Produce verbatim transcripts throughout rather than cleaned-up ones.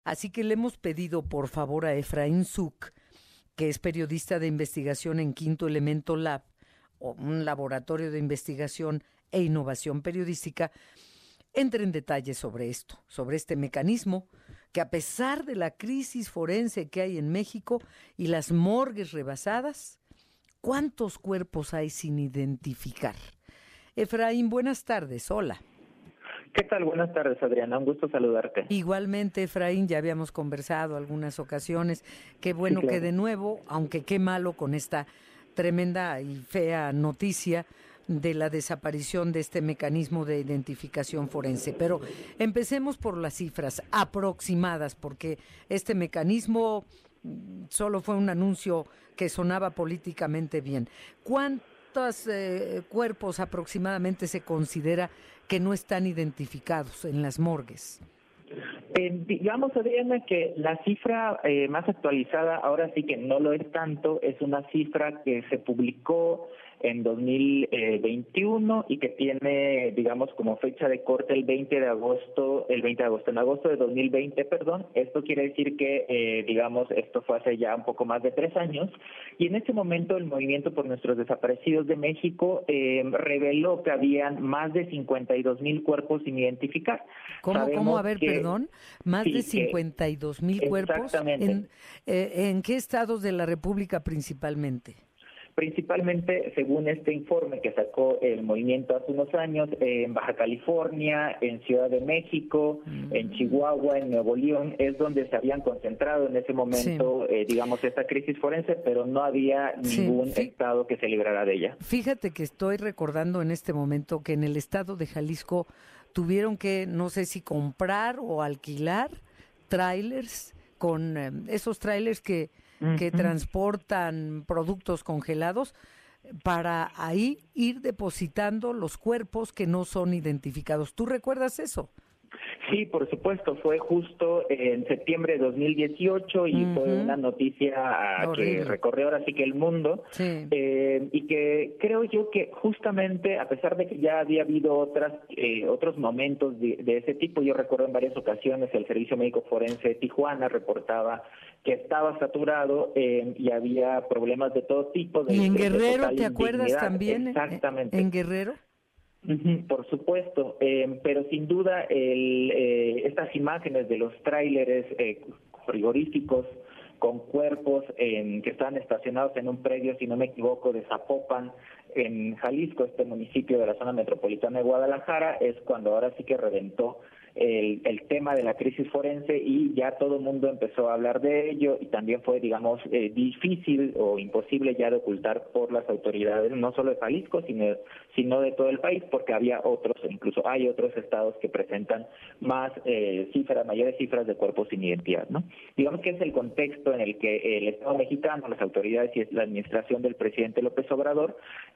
Así que le hemos pedido por favor a Efraín Zuc, que es periodista de investigación en Quinto Elemento Lab, o un laboratorio de investigación e innovación periodística, entre en detalles sobre esto, sobre este mecanismo que, a pesar de la crisis forense que hay en México y las morgues rebasadas, ¿cuántos cuerpos hay sin identificar? Efraín, buenas tardes, hola. ¿Qué tal? Buenas tardes, Adriana. Un gusto saludarte. Igualmente, Efraín, ya habíamos conversado algunas ocasiones. Qué bueno Sí, claro. que de nuevo, aunque qué malo con esta tremenda y fea noticia de la desaparición de este mecanismo de identificación forense. Pero empecemos por las cifras aproximadas, porque este mecanismo mm, solo fue un anuncio que sonaba políticamente bien. ¿Cuántos eh, cuerpos aproximadamente se considera que no están identificados en las morgues? Eh, digamos, Adriana, que la cifra eh, más actualizada, ahora sí que no lo es tanto, es una cifra que se publicó en dos mil veintiuno y que tiene, digamos, como fecha de corte el veinte de agosto, el veinte de agosto, en agosto de dos mil veinte, perdón. Esto quiere decir que, eh, digamos, esto fue hace ya un poco más de tres años, y en ese momento el Movimiento por Nuestros Desaparecidos de México eh, reveló que habían más de cincuenta y dos mil cuerpos sin identificar. ¿Cómo, Sabemos cómo? A ver, que, perdón, más sí, de que cincuenta y dos mil cuerpos. exactamente. ¿En, eh, ¿En qué estados de la República principalmente? Principalmente, según este informe que sacó el movimiento hace unos años, eh, en Baja California, en Ciudad de México, mm. en Chihuahua, en Nuevo León, es donde se habían concentrado en ese momento, sí. eh, digamos, esta crisis forense, pero no había ningún sí. estado que se librara de ella. Fíjate que estoy recordando en este momento que en el estado de Jalisco tuvieron que, no sé si comprar o alquilar trailers con eh, esos trailers que que uh-huh. transportan productos congelados para ahí ir depositando los cuerpos que no son identificados. ¿Tú recuerdas eso? Sí, por supuesto, fue justo en septiembre de dos mil dieciocho y uh-huh. fue una noticia uh, que recorrió ahora sí que el mundo, sí. eh, y que creo yo que justamente, a pesar de que ya había habido otras eh, otros momentos de, de ese tipo, yo recuerdo en varias ocasiones el Servicio Médico Forense de Tijuana reportaba que estaba saturado eh, y había problemas de todo tipo. De, ¿Y en de, Guerrero, de te acuerdas también? Exactamente. ¿En Guerrero? Uh-huh, por supuesto, eh, pero sin duda el, eh, estas imágenes de los tráileres eh, frigoríficos con cuerpos en, que están estacionados en un predio, si no me equivoco, de Zapopan, en Jalisco, este municipio de la zona metropolitana de Guadalajara, es cuando ahora sí que reventó el, el tema de la crisis forense y ya todo el mundo empezó a hablar de ello, y también fue, digamos, eh, difícil o imposible ya de ocultar por las autoridades, no solo de Jalisco, sino, sino de todo el país, porque había otros, incluso hay otros estados que presentan más eh, cifras, mayores cifras de cuerpos sin identidad, ¿no? Digamos que es el contexto en el que el Estado mexicano, las autoridades y la administración del presidente López Obrador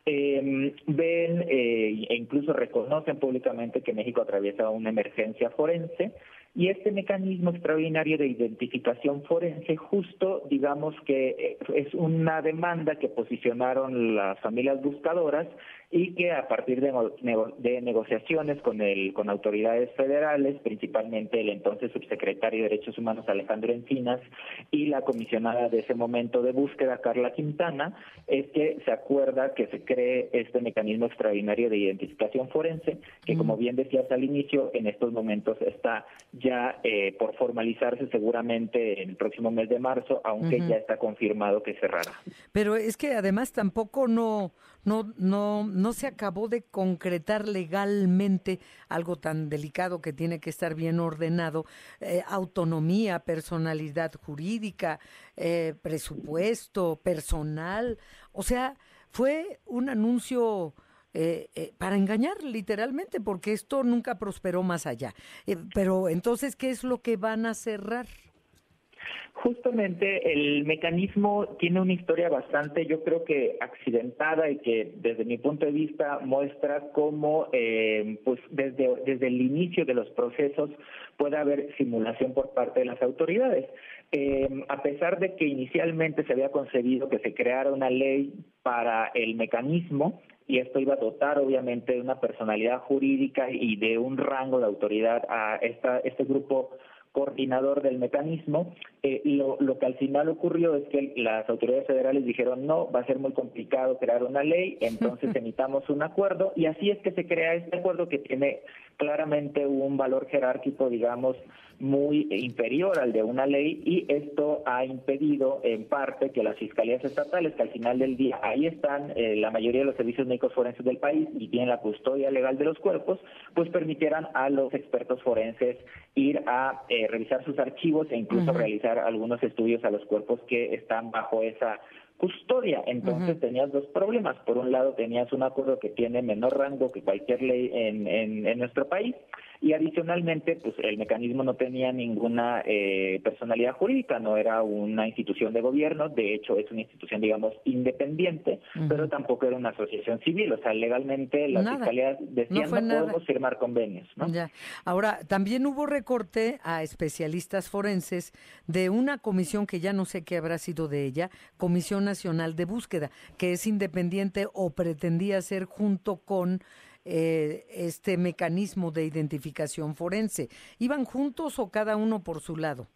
eh, ven eh, e incluso reconocen públicamente que México atraviesa una emergencia forense, y este mecanismo extraordinario de identificación forense justo, digamos que es una demanda que posicionaron las familias buscadoras y que a partir de, nego de negociaciones con el con autoridades federales, principalmente el entonces subsecretario de Derechos Humanos Alejandro Encinas y la comisionada de ese momento de búsqueda Carla Quintana, es que se acuerda que se cree este mecanismo extraordinario de identificación forense, que mm. como bien decías al inicio, en estos momentos está ya eh, por formalizarse seguramente en el próximo mes de marzo, aunque uh-huh. ya está confirmado que cerrará. Pero es que además tampoco no no no no se acabó de concretar legalmente algo tan delicado que tiene que estar bien ordenado, eh, autonomía, personalidad jurídica, eh, presupuesto, personal, o sea, fue un anuncio Eh, eh, para engañar literalmente, porque esto nunca prosperó más allá. Eh, pero entonces, ¿qué es lo que van a cerrar? Justamente el mecanismo tiene una historia bastante, yo creo que accidentada, y que desde mi punto de vista muestra cómo eh, pues desde, desde el inicio de los procesos puede haber simulación por parte de las autoridades. Eh, a pesar de que inicialmente se había concebido que se creara una ley para el mecanismo, y esto iba a dotar obviamente de una personalidad jurídica y de un rango de autoridad a esta, este grupo coordinador del mecanismo. Eh, lo, lo que al final ocurrió es que las autoridades federales dijeron no, va a ser muy complicado crear una ley, entonces emitamos un acuerdo, y así es que se crea este acuerdo que tiene claramente un valor jerárquico, digamos, muy inferior al de una ley, y esto ha impedido en parte que las fiscalías estatales, que al final del día ahí están eh, la mayoría de los servicios médicos forenses del país y tienen la custodia legal de los cuerpos, pues permitieran a los expertos forenses ir a eh, revisar sus archivos e incluso uh-huh. realizar algunos estudios a los cuerpos que están bajo esa custodia. Entonces uh-huh. tenías dos problemas. Por un lado tenías un acuerdo que tiene menor rango que cualquier ley en, en, en nuestro país, y adicionalmente pues el mecanismo no tenía ninguna eh, personalidad jurídica, no era una institución de gobierno, de hecho es una institución, digamos, independiente, uh-huh. pero tampoco era una asociación civil, o sea, legalmente las nada. fiscalías decían no, no podemos firmar convenios, ¿no? Ya. Ahora, también hubo recorte a especialistas forenses de una comisión que ya no sé qué habrá sido de ella, Comisión Nacional de Búsqueda, que es independiente o pretendía ser junto con eh, este mecanismo de identificación forense. ¿Iban juntos o cada uno por su lado?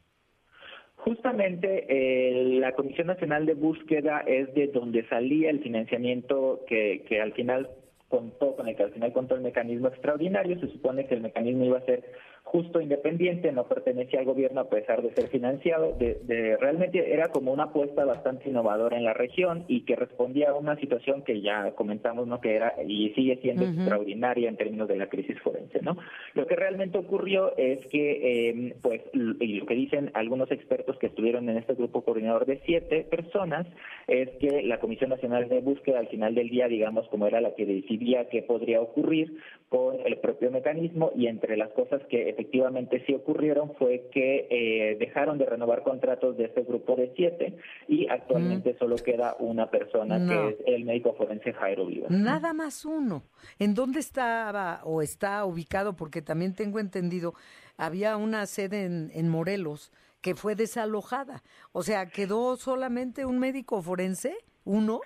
Justamente eh, la Comisión Nacional de Búsqueda es de donde salía el financiamiento que, que al final contó, con el que al final contó el mecanismo extraordinario. Se supone que el mecanismo iba a ser justo, independiente, no pertenecía al gobierno a pesar de ser financiado. De, de, realmente era como una apuesta bastante innovadora en la región y que respondía a una situación que ya comentamos, ¿no? Que era y sigue siendo uh-huh. extraordinaria en términos de la crisis forense, ¿no? Lo que realmente ocurrió es que, eh, pues, y lo que dicen algunos expertos que estuvieron en este grupo coordinador de siete personas, es que la Comisión Nacional de Búsqueda al final del día, digamos, como era la que decidía qué podría ocurrir con el propio mecanismo, y entre las cosas que efectivamente sí ocurrieron fue que eh, dejaron de renovar contratos de este grupo de siete y actualmente mm. solo queda una persona no. que es el médico forense Jairo Vivas. Nada más uno. ¿En dónde estaba o está ubicado? Porque también tengo entendido, había una sede en, en Morelos que fue desalojada. O sea, ¿quedó solamente un médico forense? ¿Uno?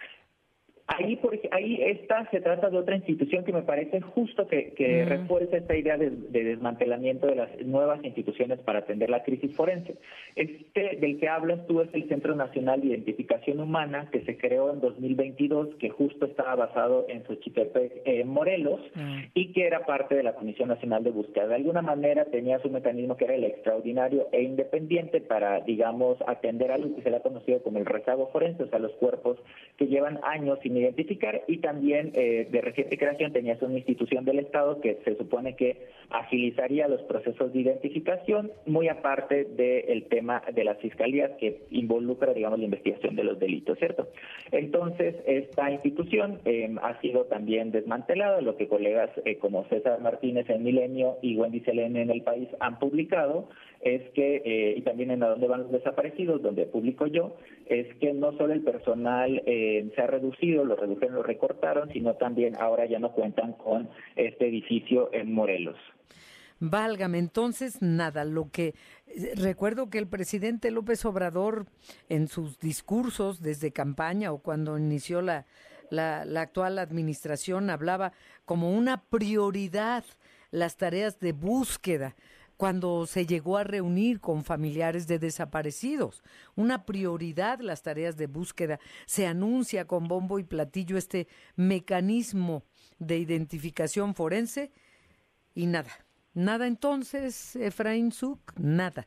Ahí, porque ahí esta se trata de otra institución que me parece justo que, que mm. refuerza esta idea de, de desmantelamiento de las nuevas instituciones para atender la crisis forense. Este del que hablas tú es el Centro Nacional de Identificación Humana, que se creó en dos mil veintidós, que justo estaba basado en Xochitepec, eh, Morelos, mm. y que era parte de la Comisión Nacional de Búsqueda. De alguna manera tenía su mecanismo que era el extraordinario e independiente para, digamos, atender algo que se le ha conocido como el rezago forense, o sea, los cuerpos que llevan años sin identificar, y también eh, de reciente creación tenías una institución del Estado que se supone que agilizaría los procesos de identificación, muy aparte del tema de las fiscalías que involucra, digamos, la investigación de los delitos, ¿cierto? Entonces, esta institución eh, ha sido también desmantelada, lo que colegas eh, como César Martínez en Milenio y Wendy Selene en El País han publicado es que, eh, y también en A Dónde Van los Desaparecidos, donde publico yo, es que no solo el personal eh, se ha reducido, lo redujeron, lo recortaron, sino también ahora ya no cuentan con este edificio en Morelos. Válgame, entonces nada, lo que recuerdo que el presidente López Obrador en sus discursos desde campaña o cuando inició la, la, la actual administración hablaba como una prioridad las tareas de búsqueda cuando se llegó a reunir con familiares de desaparecidos. Una prioridad las tareas de búsqueda. Se anuncia con bombo y platillo este mecanismo de identificación forense y nada. Nada entonces, Efraín Zuc, nada.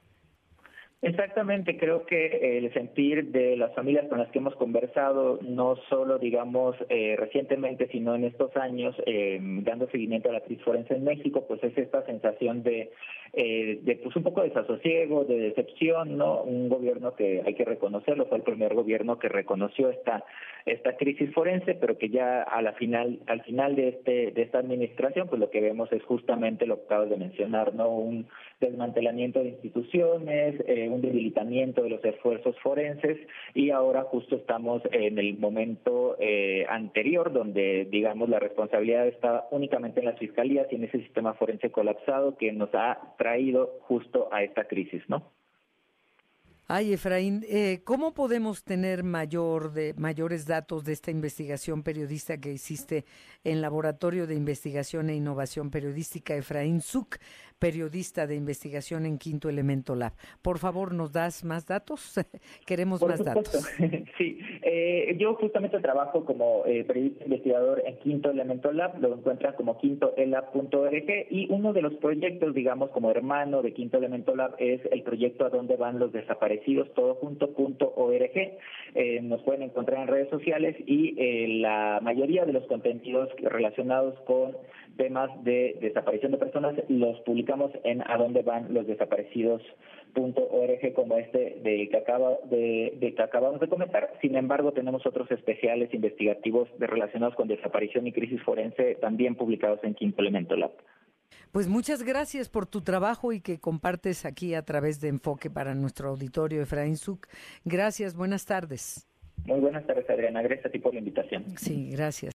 Exactamente, creo que el sentir de las familias con las que hemos conversado, no solo, digamos, eh, recientemente, sino en estos años, eh, dando seguimiento a la crisis forense en México, pues es esta sensación de, eh, de pues un poco de desasosiego, de decepción, ¿no? Un gobierno que hay que reconocerlo, fue el primer gobierno que reconoció esta esta crisis forense, pero que ya a la final, al final de este de esta administración, pues lo que vemos es justamente lo que acabas de mencionar, ¿no? Un desmantelamiento de instituciones, eh, un debilitamiento de los esfuerzos forenses, y ahora justo estamos en el momento eh, anterior donde, digamos, la responsabilidad está únicamente en las fiscalías y en ese sistema forense colapsado que nos ha traído justo a esta crisis, ¿no? Ay, Efraín, eh, ¿cómo podemos tener mayor de, mayores datos de esta investigación periodista que hiciste en Laboratorio de Investigación e Innovación Periodística, Efraín Zuc, periodista de investigación en Quinto Elemento Lab? Por favor, ¿nos das más datos? Queremos Por más supuesto. datos. Sí, eh, yo justamente trabajo como eh, periodista investigador en Quinto Elemento Lab, lo encuentran como quinto elab punto org, y uno de los proyectos, digamos, como hermano de Quinto Elemento Lab es el proyecto A Dónde Van los Desaparecidos, todo junto, punto org. Eh, nos pueden encontrar en redes sociales y eh, la mayoría de los contenidos relacionados con temas de desaparición de personas los publicamos en A Dónde Van los Desaparecidos punto org, como este de que acaba de, de que acabamos de comentar. Sin embargo, tenemos otros especiales investigativos de relacionados con desaparición y crisis forense también publicados en Quinto Elemento Lab. Pues muchas gracias por tu trabajo y que compartes aquí a través de Enfoque para nuestro auditorio, Efraín Zuc. Gracias, buenas tardes. Muy buenas tardes, Adriana. Gracias a ti por la invitación. Sí, gracias.